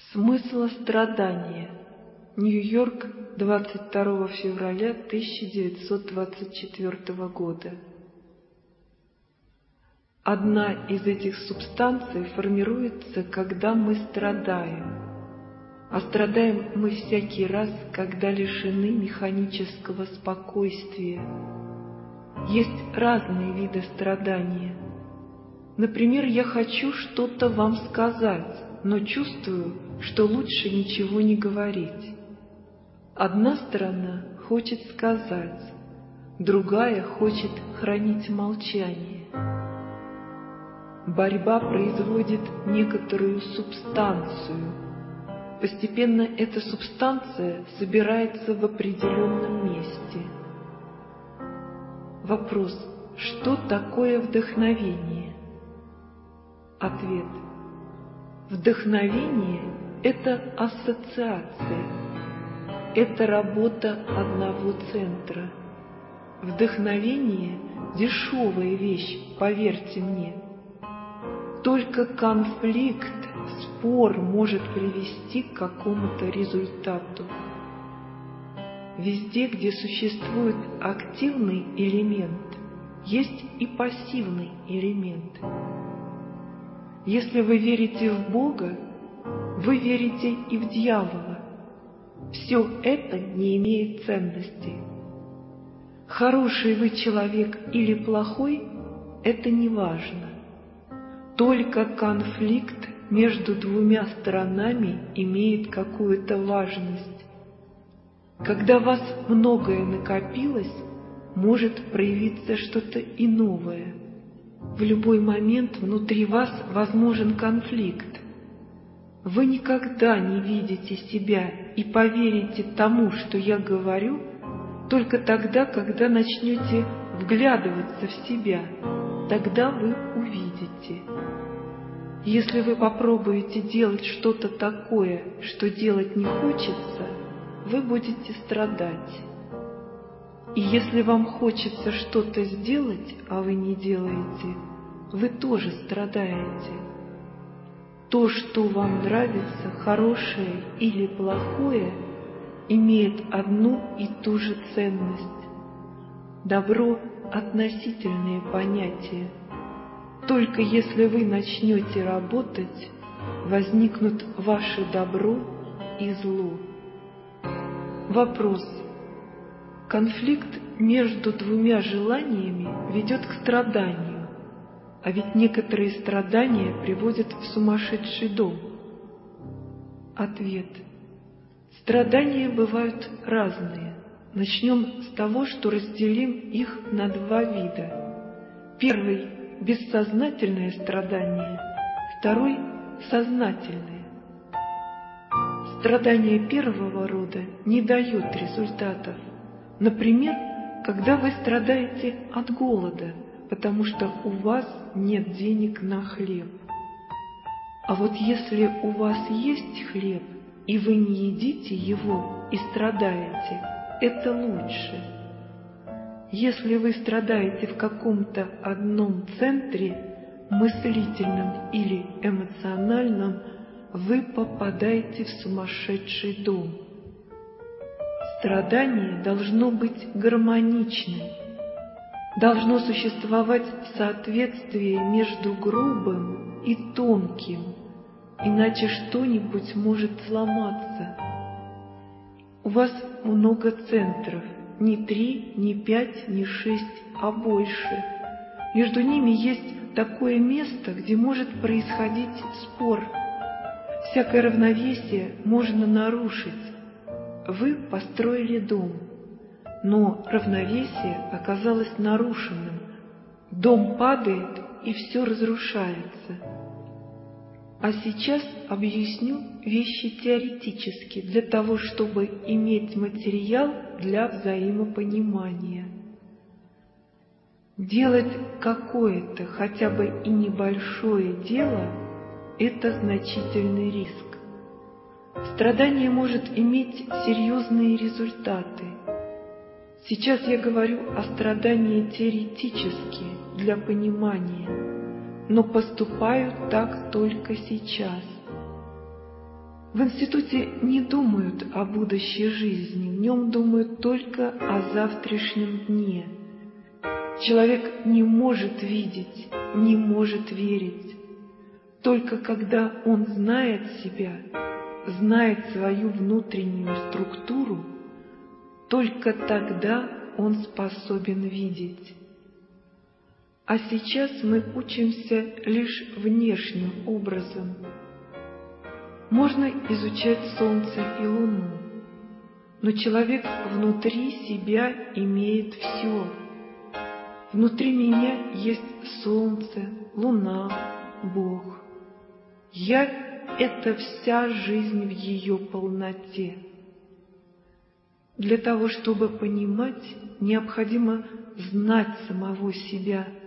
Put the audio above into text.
Смысл страдания. Нью-Йорк, 22 февраля 1924 года. Одна из этих субстанций формируется, когда мы страдаем. А страдаем мы всякий раз, когда лишены механического спокойствия. Есть разные виды страдания. Например, я хочу что-то вам сказать, но чувствую, что лучше ничего не говорить. Одна сторона хочет сказать, другая хочет хранить молчание. Борьба производит некоторую субстанцию. Постепенно эта субстанция собирается в определенном месте. Вопрос: что такое вдохновение? Ответ: вдохновение – это ассоциация, это работа одного центра. Вдохновение – дешевая вещь, поверьте мне. Только конфликт, спор может привести к какому-то результату. Везде, где существует активный элемент, есть и пассивный элемент. Если вы верите в Бога, вы верите и в дьявола. Все это не имеет ценности. Хороший вы человек или плохой – это не важно. Только конфликт между двумя сторонами имеет какую-то важность. Когда у вас многое накопилось, может проявиться что-то и новое. В любой момент внутри вас возможен конфликт. Вы никогда не видите себя и поверите тому, что я говорю, только тогда, когда начнете вглядываться в себя, тогда вы увидите. Если вы попробуете делать что-то такое, что делать не хочется, вы будете страдать. И если вам хочется что-то сделать, а вы не делаете, вы тоже страдаете. То, что вам нравится, хорошее или плохое, имеет одну и ту же ценность. Добро – относительное понятие. Только если вы начнете работать, возникнут ваше добро и зло. Вопрос: конфликт между двумя желаниями ведет к страданию, а ведь некоторые страдания приводят в сумасшедший дом. Ответ: страдания бывают разные. Начнем с того, что разделим их на два вида. Первый – бессознательное страдание, второй – сознательное. Страдание первого рода не дает результатов. Например, когда вы страдаете от голода, потому что у вас нет денег на хлеб. А вот если у вас есть хлеб, и вы не едите его и страдаете, это лучше. Если вы страдаете в каком-то одном центре, мыслительном или эмоциональном, вы попадаете в сумасшедший дом. Страдание должно быть гармоничным. Должно существовать соответствие между грубым и тонким, иначе что-нибудь может сломаться. У вас много центров, не 3, не 5, не 6, а больше. Между ними есть такое место, где может происходить спор. Всякое равновесие можно нарушить. Вы построили дом, но равновесие оказалось нарушенным. Дом падает, и все разрушается. А сейчас объясню вещи теоретически, для того, чтобы иметь материал для взаимопонимания. Делать какое-то, хотя бы и небольшое дело – это значительный риск. Страдание может иметь серьезные результаты. Сейчас я говорю о страдании теоретически, для понимания, но поступаю так только сейчас. В институте не думают о будущей жизни, в нем думают только о завтрашнем дне. Человек не может видеть, не может верить. Только когда он знает себя, знает свою внутреннюю структуру, только тогда он способен видеть. А сейчас мы учимся лишь внешним образом. Можно изучать Солнце и Луну, но человек внутри себя имеет все. Внутри меня есть Солнце, Луна, Бог. Я — это вся жизнь в ее полноте. Для того, чтобы понимать, необходимо знать самого себя,